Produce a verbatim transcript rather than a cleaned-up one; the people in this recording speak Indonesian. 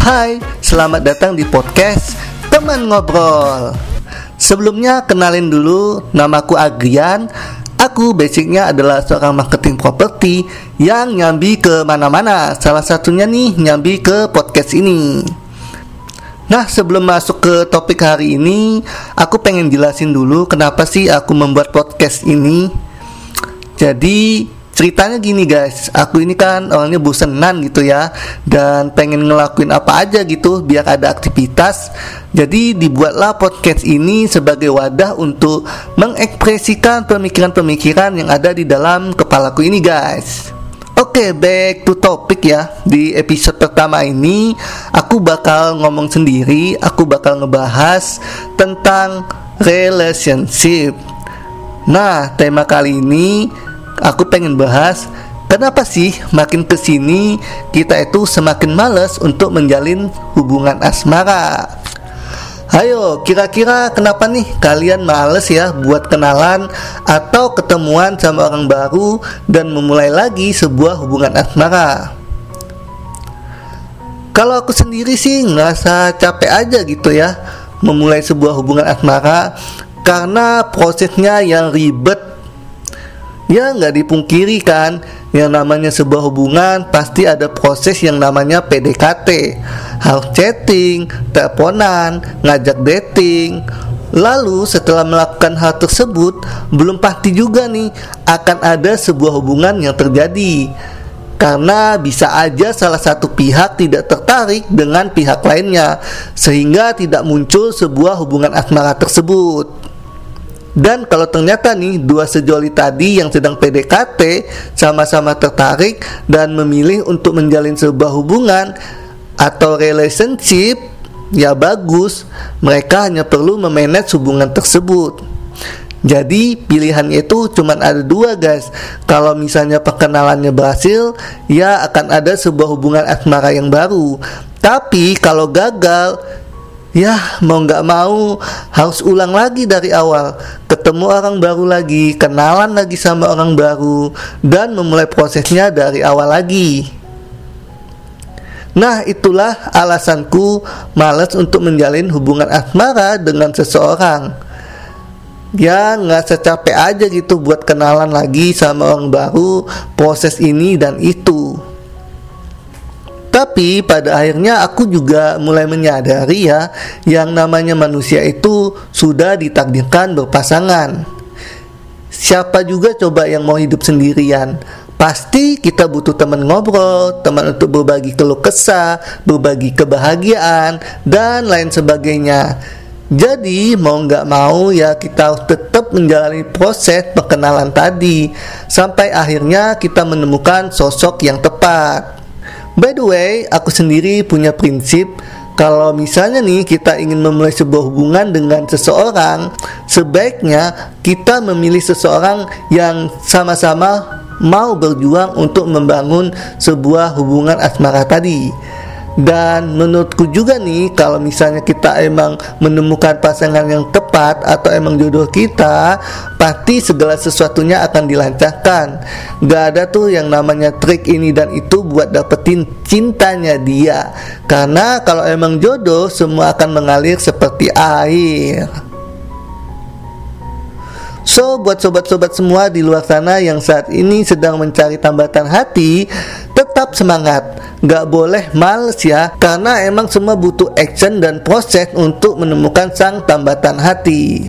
Hai, selamat datang di podcast Teman Ngobrol. Sebelumnya kenalin dulu, namaku Adrian. Aku basicnya adalah seorang marketing properti yang nyambi ke mana-mana. Salah satunya nih nyambi ke podcast ini. Nah, sebelum masuk ke topik hari ini, aku pengen jelasin dulu kenapa sih aku membuat podcast ini. Jadi ceritanya gini guys, aku ini kan orangnya bosenan gitu ya, dan pengen ngelakuin apa aja gitu biar ada aktivitas. Jadi dibuatlah podcast ini sebagai wadah untuk mengekspresikan pemikiran-pemikiran yang ada di dalam kepalaku ini guys. Oke, okay, back to topic ya. Di episode pertama ini aku bakal ngomong sendiri, aku bakal ngebahas tentang relationship. Nah, tema kali ini aku pengen bahas kenapa sih makin kesini kita itu semakin malas untuk menjalin hubungan asmara. Ayo, kira-kira kenapa nih kalian males ya buat kenalan atau ketemuan sama orang baru dan memulai lagi sebuah hubungan asmara? Kalau aku sendiri sih ngerasa capek aja gitu ya memulai sebuah hubungan asmara, karena prosesnya yang ribet. Ya nggak dipungkiri kan, yang namanya sebuah hubungan pasti ada proses yang namanya P D K T. Harus chatting, teleponan, ngajak dating. Lalu setelah melakukan hal tersebut, belum pasti juga nih akan ada sebuah hubungan yang terjadi, karena bisa aja salah satu pihak tidak tertarik dengan pihak lainnya, sehingga tidak muncul sebuah hubungan asmara tersebut. Dan kalau ternyata nih dua sejoli tadi yang sedang P D K T sama-sama tertarik dan memilih untuk menjalin sebuah hubungan atau relationship, ya bagus, mereka hanya perlu memanage hubungan tersebut. Jadi pilihannya itu cuma ada dua guys. Kalau misalnya perkenalannya berhasil, ya akan ada sebuah hubungan asmara yang baru. Tapi kalau gagal, ya mau gak mau harus ulang lagi dari awal, ketemu orang baru lagi, kenalan lagi sama orang baru, dan memulai prosesnya dari awal lagi. Nah, itulah alasanku malas untuk menjalin hubungan asmara dengan seseorang. Ya gak secapek aja gitu buat kenalan lagi sama orang baru, proses ini dan itu. Tapi pada akhirnya aku juga mulai menyadari ya, yang namanya manusia itu sudah ditakdirkan berpasangan. Siapa juga coba yang mau hidup sendirian? Pasti kita butuh teman ngobrol, teman untuk berbagi keluh kesah, berbagi kebahagiaan, dan lain sebagainya. Jadi mau gak mau ya kita harus tetap menjalani proses perkenalan tadi, sampai akhirnya kita menemukan sosok yang tepat. By the way, aku sendiri punya prinsip, kalau misalnya nih kita ingin memulai sebuah hubungan dengan seseorang, sebaiknya kita memilih seseorang yang sama-sama mau berjuang untuk membangun sebuah hubungan asmara tadi. Dan menurutku juga nih, kalau misalnya kita emang menemukan pasangan yang tepat atau emang jodoh kita, pasti segala sesuatunya akan dilancarkan. Gak ada tuh yang namanya trik ini dan itu buat dapetin cintanya dia, karena kalau emang jodoh, semua akan mengalir seperti air. So, buat sobat-sobat semua di luar sana yang saat ini sedang mencari tambatan hati, tetap semangat, gak boleh males ya, karena emang semua butuh action dan proses untuk menemukan sang tambatan hati.